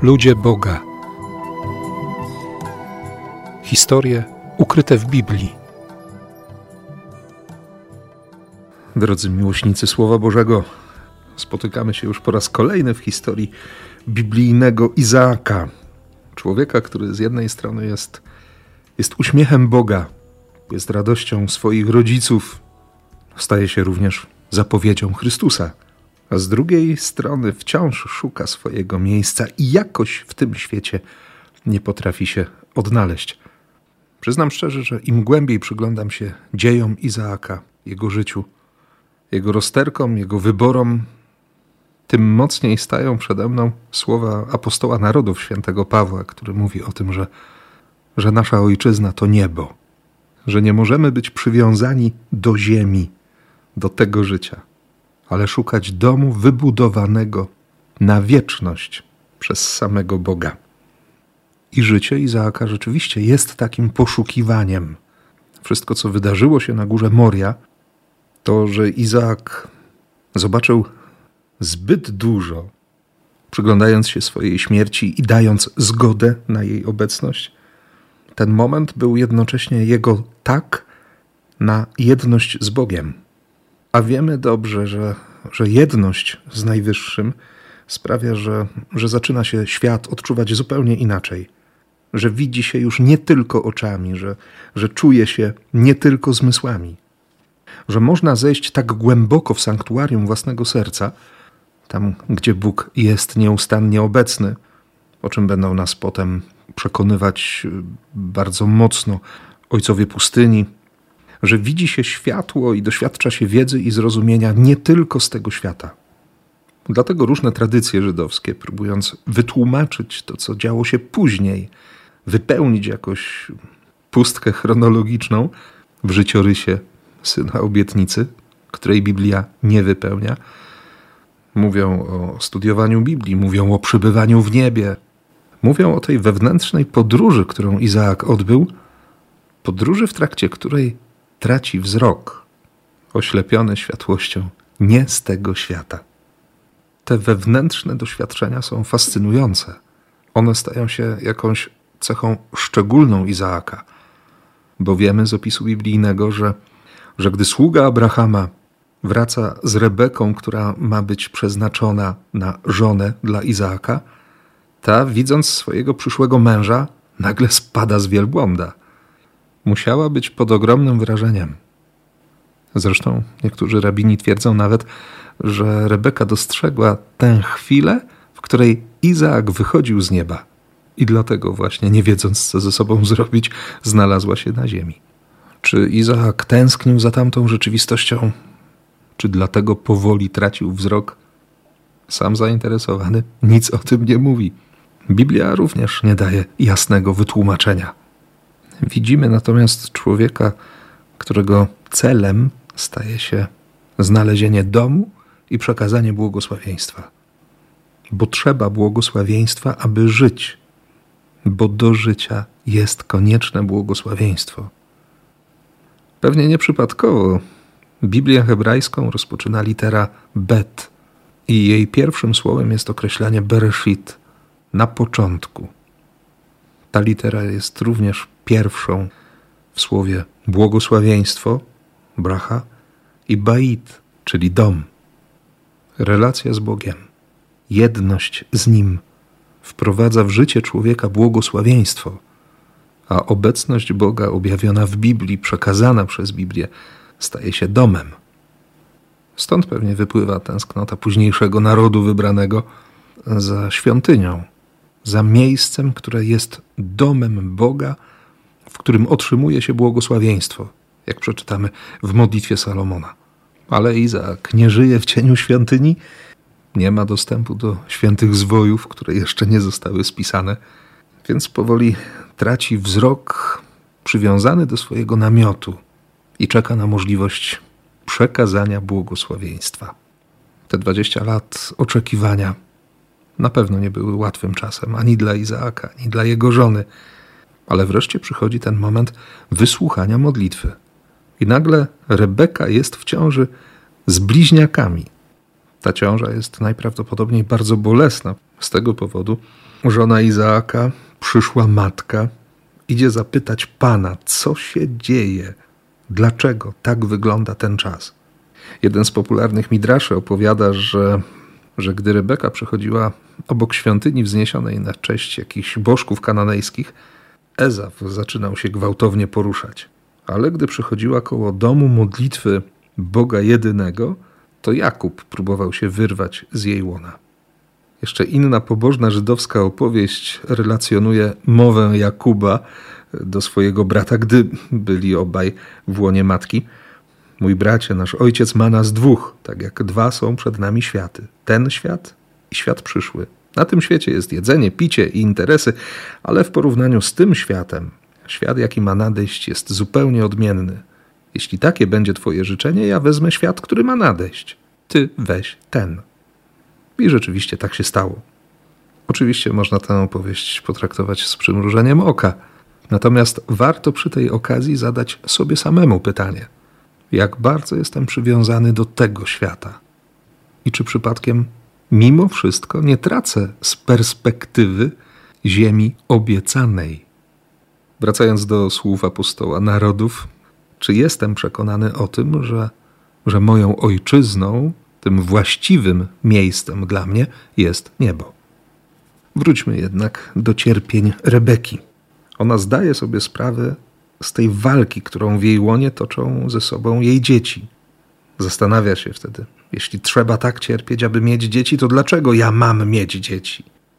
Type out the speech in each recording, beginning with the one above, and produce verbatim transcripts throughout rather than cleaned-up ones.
Ludzie Boga. Historie ukryte w Biblii. Drodzy miłośnicy Słowa Bożego, spotykamy się już po raz kolejny w historii biblijnego Izaaka. Człowieka, który z jednej strony jest, jest uśmiechem Boga, jest radością swoich rodziców, staje się również zapowiedzią Chrystusa, a z drugiej strony wciąż szuka swojego miejsca i jakoś w tym świecie nie potrafi się odnaleźć. Przyznam szczerze, że im głębiej przyglądam się dziejom Izaaka, jego życiu, jego rozterkom, jego wyborom, tym mocniej stają przede mną słowa apostoła narodów świętego Pawła, który mówi o tym, że, że nasza ojczyzna to niebo, że nie możemy być przywiązani do ziemi, do tego życia, ale szukać domu wybudowanego na wieczność przez samego Boga. I życie Izaaka rzeczywiście jest takim poszukiwaniem. Wszystko, co wydarzyło się na górze Moria, to, że Izaak zobaczył zbyt dużo, przyglądając się swojej śmierci i dając zgodę na jej obecność. Ten moment był jednocześnie jego tak na jedność z Bogiem. A wiemy dobrze, że, że jedność z Najwyższym sprawia, że, że zaczyna się świat odczuwać zupełnie inaczej. Że widzi się już nie tylko oczami, że, że czuje się nie tylko zmysłami. Że można zejść tak głęboko w sanktuarium własnego serca, tam gdzie Bóg jest nieustannie obecny, o czym będą nas potem przekonywać bardzo mocno ojcowie pustyni, że widzi się światło i doświadcza się wiedzy i zrozumienia nie tylko z tego świata. Dlatego różne tradycje żydowskie, próbując wytłumaczyć to, co działo się później, wypełnić jakoś pustkę chronologiczną w życiorysie Syna Obietnicy, której Biblia nie wypełnia, mówią o studiowaniu Biblii, mówią o przybywaniu w niebie, mówią o tej wewnętrznej podróży, którą Izaak odbył, podróży, w trakcie której traci wzrok, oślepiony światłością nie z tego świata. Te wewnętrzne doświadczenia są fascynujące. One stają się jakąś cechą szczególną Izaaka, bo wiemy z opisu biblijnego, że, że gdy sługa Abrahama wraca z Rebeką, która ma być przeznaczona na żonę dla Izaaka, ta, widząc swojego przyszłego męża, nagle spada z wielbłąda. Musiała być pod ogromnym wrażeniem. Zresztą niektórzy rabini twierdzą nawet, że Rebeka dostrzegła tę chwilę, w której Izaak wychodził z nieba i dlatego właśnie, nie wiedząc, co ze sobą zrobić, znalazła się na ziemi. Czy Izaak tęsknił za tamtą rzeczywistością? Czy dlatego powoli tracił wzrok? Sam zainteresowany nic o tym nie mówi. Biblia również nie daje jasnego wytłumaczenia. Widzimy natomiast człowieka, którego celem staje się znalezienie domu i przekazanie błogosławieństwa. Bo trzeba błogosławieństwa, aby żyć, bo do życia jest konieczne błogosławieństwo. Pewnie nieprzypadkowo Biblię hebrajską rozpoczyna litera Bet i jej pierwszym słowem jest określenie Bereshit, na początku. Ta litera jest również pierwszą w słowie błogosławieństwo, bracha, i bait, czyli dom. Relacja z Bogiem, jedność z Nim wprowadza w życie człowieka błogosławieństwo, a obecność Boga objawiona w Biblii, przekazana przez Biblię, staje się domem. Stąd pewnie wypływa tęsknota późniejszego narodu wybranego za świątynią, za miejscem, które jest domem Boga, w którym otrzymuje się błogosławieństwo, jak przeczytamy w modlitwie Salomona. Ale Izaak nie żyje w cieniu świątyni, nie ma dostępu do świętych zwojów, które jeszcze nie zostały spisane, więc powoli traci wzrok przywiązany do swojego namiotu i czeka na możliwość przekazania błogosławieństwa. Te dwadzieścia lat oczekiwania na pewno nie były łatwym czasem ani dla Izaaka, ani dla jego żony, ale wreszcie przychodzi ten moment wysłuchania modlitwy. I nagle Rebeka jest w ciąży z bliźniakami. Ta ciąża jest najprawdopodobniej bardzo bolesna z tego powodu, żona Izaaka, przyszła matka, idzie zapytać Pana, co się dzieje, dlaczego tak wygląda ten czas. Jeden z popularnych midraszy opowiada, że, że gdy Rebeka przechodziła obok świątyni wzniesionej na cześć jakichś bożków kananejskich, Ezaf zaczynał się gwałtownie poruszać. Ale gdy przychodziła koło domu modlitwy Boga jedynego, to Jakub próbował się wyrwać z jej łona. Jeszcze inna pobożna żydowska opowieść relacjonuje mowę Jakuba do swojego brata, gdy byli obaj w łonie matki. Mój bracie, nasz ojciec ma nas dwóch, tak jak dwa są przed nami światy. Ten świat i świat przyszły. Na tym świecie jest jedzenie, picie i interesy, ale w porównaniu z tym światem, świat, jaki ma nadejść, jest zupełnie odmienny. Jeśli takie będzie twoje życzenie, ja wezmę świat, który ma nadejść. Ty weź ten. I rzeczywiście tak się stało. Oczywiście można tę opowieść potraktować z przymrużeniem oka. Natomiast warto przy tej okazji zadać sobie samemu pytanie. Jak bardzo jestem przywiązany do tego świata? I czy przypadkiem mimo wszystko nie tracę z perspektywy ziemi obiecanej? Wracając do słów apostoła narodów, czy jestem przekonany o tym, że, że moją ojczyzną, tym właściwym miejscem dla mnie jest niebo? Wróćmy jednak do cierpień Rebeki. Ona zdaje sobie sprawę z tej walki, którą w jej łonie toczą ze sobą jej dzieci. Zastanawia się wtedy, jeśli trzeba tak cierpieć, aby mieć dzieci, to dlaczego ja mam mieć dzieci?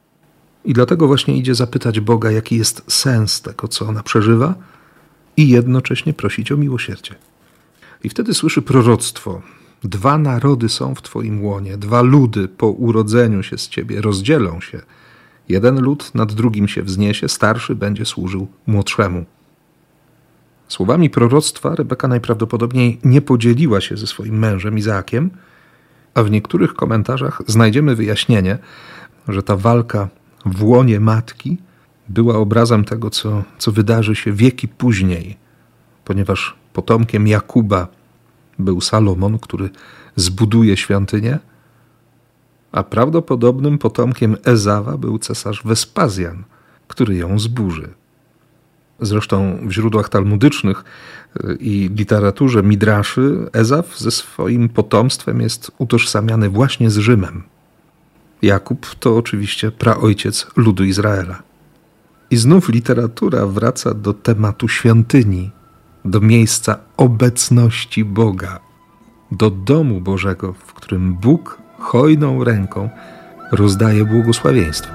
I dlatego właśnie idzie zapytać Boga, jaki jest sens tego, co ona przeżywa, i jednocześnie prosić o miłosierdzie. I wtedy słyszy proroctwo. Dwa narody są w twoim łonie, dwa ludy po urodzeniu się z ciebie rozdzielą się. Jeden lud nad drugim się wzniesie, starszy będzie służył młodszemu. Słowami proroctwa Rebeka najprawdopodobniej nie podzieliła się ze swoim mężem Izaakiem, a w niektórych komentarzach znajdziemy wyjaśnienie, że ta walka w łonie matki była obrazem tego, co, co wydarzy się wieki później, ponieważ potomkiem Jakuba był Salomon, który zbuduje świątynię, a prawdopodobnym potomkiem Ezawa był cesarz Wespazjan, który ją zburzy. Zresztą w źródłach talmudycznych i literaturze midraszy Ezaf ze swoim potomstwem jest utożsamiany właśnie z Rzymem. Jakub to oczywiście praojciec ludu Izraela. I znów literatura wraca do tematu świątyni, do miejsca obecności Boga, do domu Bożego, w którym Bóg hojną ręką rozdaje błogosławieństwo.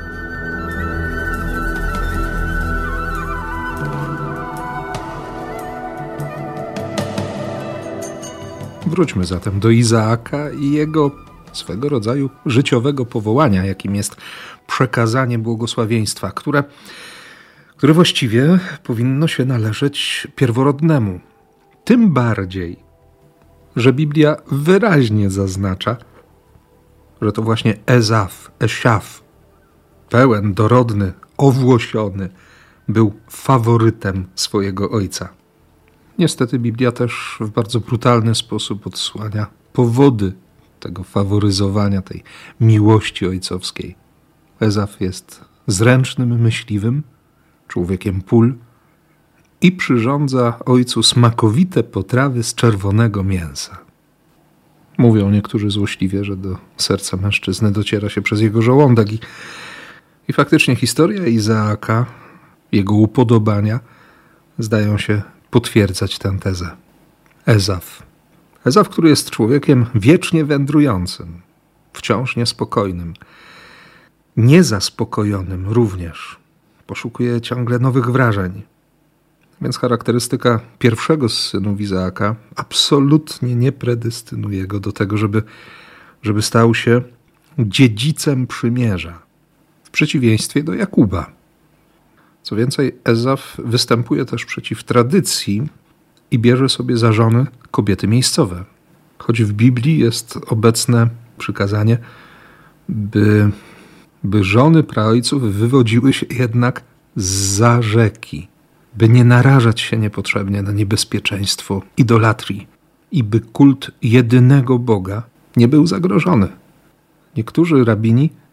Wróćmy zatem do Izaaka i jego swego rodzaju życiowego powołania, jakim jest przekazanie błogosławieństwa, które, które właściwie powinno się należeć pierworodnemu. Tym bardziej, że Biblia wyraźnie zaznacza, że to właśnie Ezaf, Esiaf, pełen, dorodny, owłosiony, był faworytem swojego ojca. Niestety Biblia też w bardzo brutalny sposób odsłania powody tego faworyzowania, tej miłości ojcowskiej. Ezaf jest zręcznym myśliwym, człowiekiem pól i przyrządza ojcu smakowite potrawy z czerwonego mięsa. Mówią niektórzy złośliwie, że do serca mężczyzny dociera się przez jego żołądek i, i faktycznie historia Izaaka, jego upodobania zdają się potwierdzać tę tezę. Ezaf. Ezaf, który jest człowiekiem wiecznie wędrującym, wciąż niespokojnym, niezaspokojonym również. Poszukuje ciągle nowych wrażeń. Więc charakterystyka pierwszego z synów Izaaka absolutnie nie predestynuje go do tego, żeby, żeby stał się dziedzicem przymierza, w przeciwieństwie do Jakuba. Co więcej, Ezaf występuje też przeciw tradycji i bierze sobie za żony kobiety miejscowe. Choć w Biblii jest obecne przykazanie, by, by żony praojców wywodziły się jednak zza rzeki, by nie narażać się niepotrzebnie na niebezpieczeństwo idolatrii i by kult jedynego Boga nie był zagrożony. Niektórzy rabini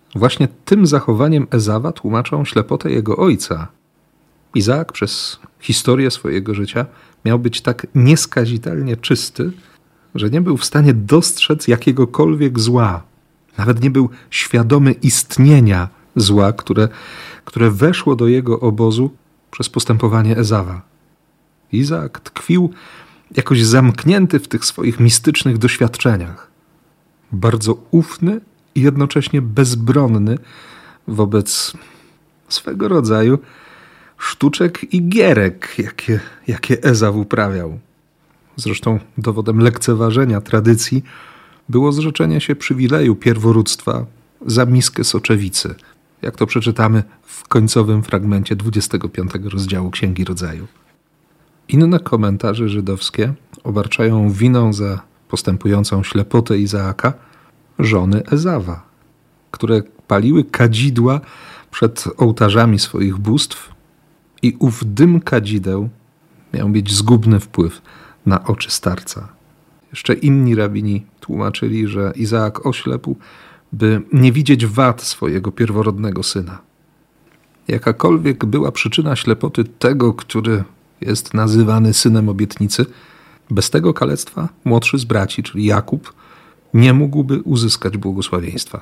Właśnie tym zachowaniem Ezawa tłumaczą ślepotę jego ojca. Izaak przez historię swojego życia miał być tak nieskazitelnie czysty, że nie był w stanie dostrzec jakiegokolwiek zła. Nawet nie był świadomy istnienia zła, które, które weszło do jego obozu przez postępowanie Ezawa. Izaak tkwił jakoś zamknięty w tych swoich mistycznych doświadczeniach. Bardzo ufny i jednocześnie bezbronny wobec swego rodzaju sztuczek i gierek, jakie, jakie Ezaw uprawiał. Zresztą dowodem lekceważenia tradycji było zrzeczenie się przywileju pierworództwa za miskę soczewicy, jak to przeczytamy w końcowym fragmencie dwudziestego piątego rozdziału Księgi Rodzaju. Inne komentarze żydowskie obarczają winą za postępującą ślepotę Izaaka żony Ezawa, które paliły kadzidła przed ołtarzami swoich bóstw i ów dym kadzideł miał mieć zgubny wpływ na oczy starca. Jeszcze inni rabini tłumaczyli, że Izaak oślepł, by nie widzieć wad swojego pierworodnego syna. Jakakolwiek była przyczyna ślepoty tego, który jest nazywany synem obietnicy, bez tego kalectwa młodszy z braci, czyli Jakub, nie mógłby uzyskać błogosławieństwa.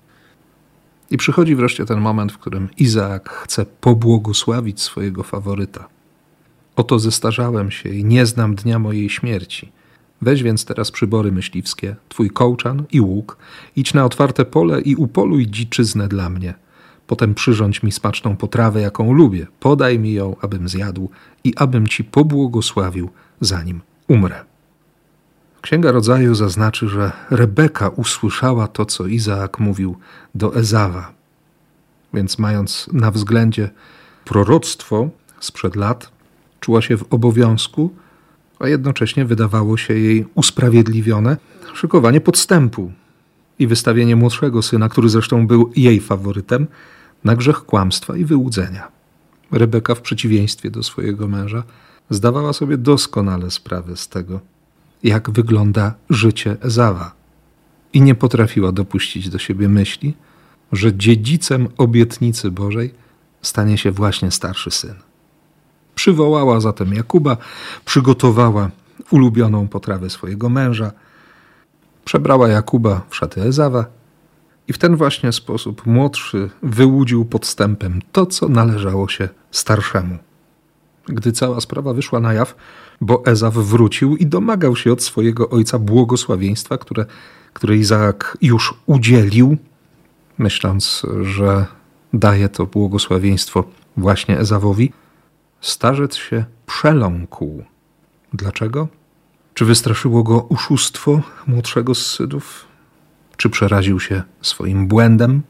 I przychodzi wreszcie ten moment, w którym Izaak chce pobłogosławić swojego faworyta. Oto zestarzałem się i nie znam dnia mojej śmierci. Weź więc teraz przybory myśliwskie, twój kołczan i łuk, idź na otwarte pole i upoluj dziczyznę dla mnie. Potem przyrządź mi smaczną potrawę, jaką lubię. Podaj mi ją, abym zjadł i abym ci pobłogosławił, zanim umrę. Księga Rodzaju zaznaczy, że Rebeka usłyszała to, co Izaak mówił do Ezawa. Więc mając na względzie proroctwo sprzed lat, czuła się w obowiązku, a jednocześnie wydawało się jej usprawiedliwione szykowanie podstępu i wystawienie młodszego syna, który zresztą był jej faworytem, na grzech kłamstwa i wyłudzenia. Rebeka w przeciwieństwie do swojego męża zdawała sobie doskonale sprawę z tego, jak wygląda życie Ezawa i nie potrafiła dopuścić do siebie myśli, że dziedzicem obietnicy Bożej stanie się właśnie starszy syn. Przywołała zatem Jakuba, przygotowała ulubioną potrawę swojego męża, przebrała Jakuba w szaty Ezawa i w ten właśnie sposób młodszy wyłudził podstępem to, co należało się starszemu. Gdy cała sprawa wyszła na jaw, bo Ezaw wrócił i domagał się od swojego ojca błogosławieństwa, które, które Izaak już udzielił, myśląc, że daje to błogosławieństwo właśnie Ezawowi, starzec się przeląkł. Dlaczego? Czy wystraszyło go oszustwo młodszego z synów? Czy przeraził się swoim błędem?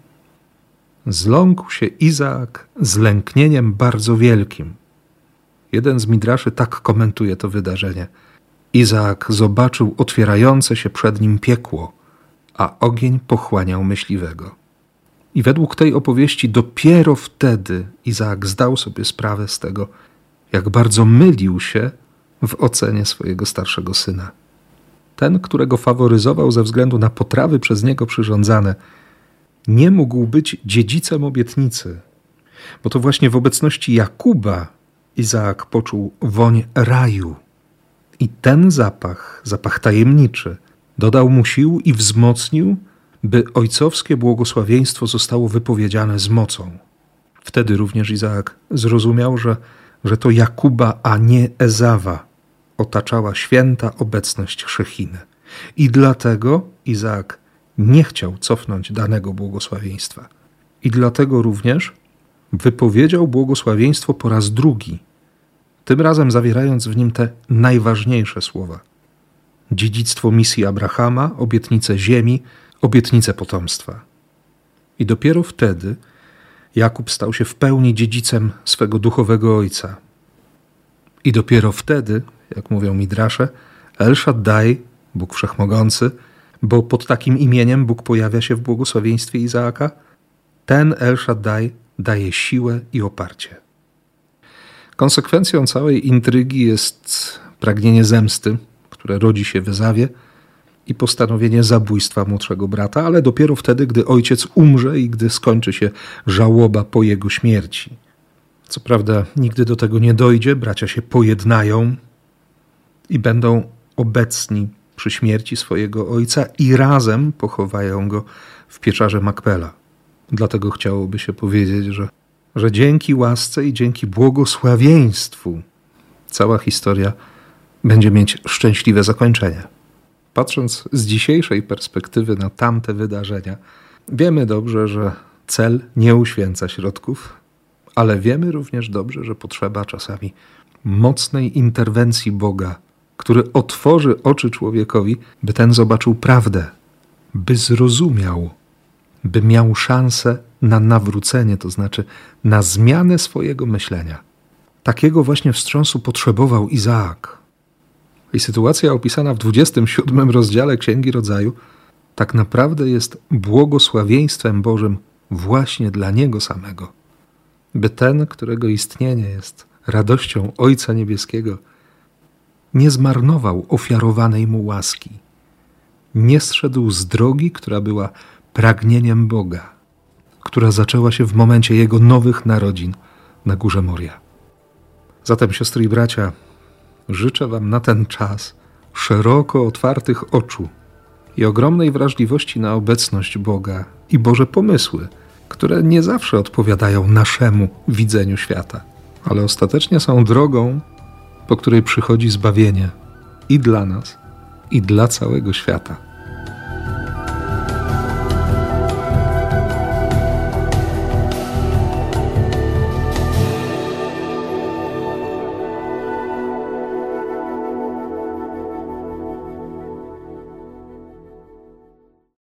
Zląkł się Izaak z lęknieniem bardzo wielkim. Jeden z midraszy tak komentuje to wydarzenie. Izaak zobaczył otwierające się przed nim piekło, a ogień pochłaniał myśliwego. I według tej opowieści dopiero wtedy Izaak zdał sobie sprawę z tego, jak bardzo mylił się w ocenie swojego starszego syna. Ten, którego faworyzował ze względu na potrawy przez niego przyrządzane, nie mógł być dziedzicem obietnicy, bo to właśnie w obecności Jakuba Izaak poczuł woń raju. I ten zapach, zapach tajemniczy, dodał mu sił i wzmocnił, by ojcowskie błogosławieństwo zostało wypowiedziane z mocą. Wtedy również Izaak zrozumiał, że, że to Jakuba, a nie Ezawa otaczała święta obecność Szechiny. I dlatego Izaak nie chciał cofnąć danego błogosławieństwa. I dlatego również wypowiedział błogosławieństwo po raz drugi, tym razem zawierając w nim te najważniejsze słowa. Dziedzictwo misji Abrahama, obietnicę ziemi, obietnicę potomstwa. I dopiero wtedy Jakub stał się w pełni dziedzicem swego duchowego ojca. I dopiero wtedy, jak mówią midrasze, El Shaddai, Bóg Wszechmogący, bo pod takim imieniem Bóg pojawia się w błogosławieństwie Izaaka, ten El Shaddai daje siłę i oparcie. Konsekwencją całej intrygi jest pragnienie zemsty, które rodzi się w Ezawie, i postanowienie zabójstwa młodszego brata, ale dopiero wtedy, gdy ojciec umrze i gdy skończy się żałoba po jego śmierci. Co prawda nigdy do tego nie dojdzie, bracia się pojednają i będą obecni przy śmierci swojego ojca i razem pochowają go w pieczarze Makpela. Dlatego chciałoby się powiedzieć, że, że dzięki łasce i dzięki błogosławieństwu cała historia będzie mieć szczęśliwe zakończenie. Patrząc z dzisiejszej perspektywy na tamte wydarzenia, wiemy dobrze, że cel nie uświęca środków, ale wiemy również dobrze, że potrzeba czasami mocnej interwencji Boga, który otworzy oczy człowiekowi, by ten zobaczył prawdę, by zrozumiał, by miał szansę na nawrócenie, to znaczy na zmianę swojego myślenia. Takiego właśnie wstrząsu potrzebował Izaak. I sytuacja opisana w dwudziestym siódmym rozdziale Księgi Rodzaju tak naprawdę jest błogosławieństwem Bożym właśnie dla niego samego. By ten, którego istnienie jest radością Ojca Niebieskiego, nie zmarnował ofiarowanej mu łaski. Nie zszedł z drogi, która była pragnieniem Boga, która zaczęła się w momencie jego nowych narodzin na górze Moria. Zatem, siostry i bracia, życzę wam na ten czas szeroko otwartych oczu i ogromnej wrażliwości na obecność Boga i Boże pomysły, które nie zawsze odpowiadają naszemu widzeniu świata, ale ostatecznie są drogą, po której przychodzi zbawienie i dla nas, i dla całego świata.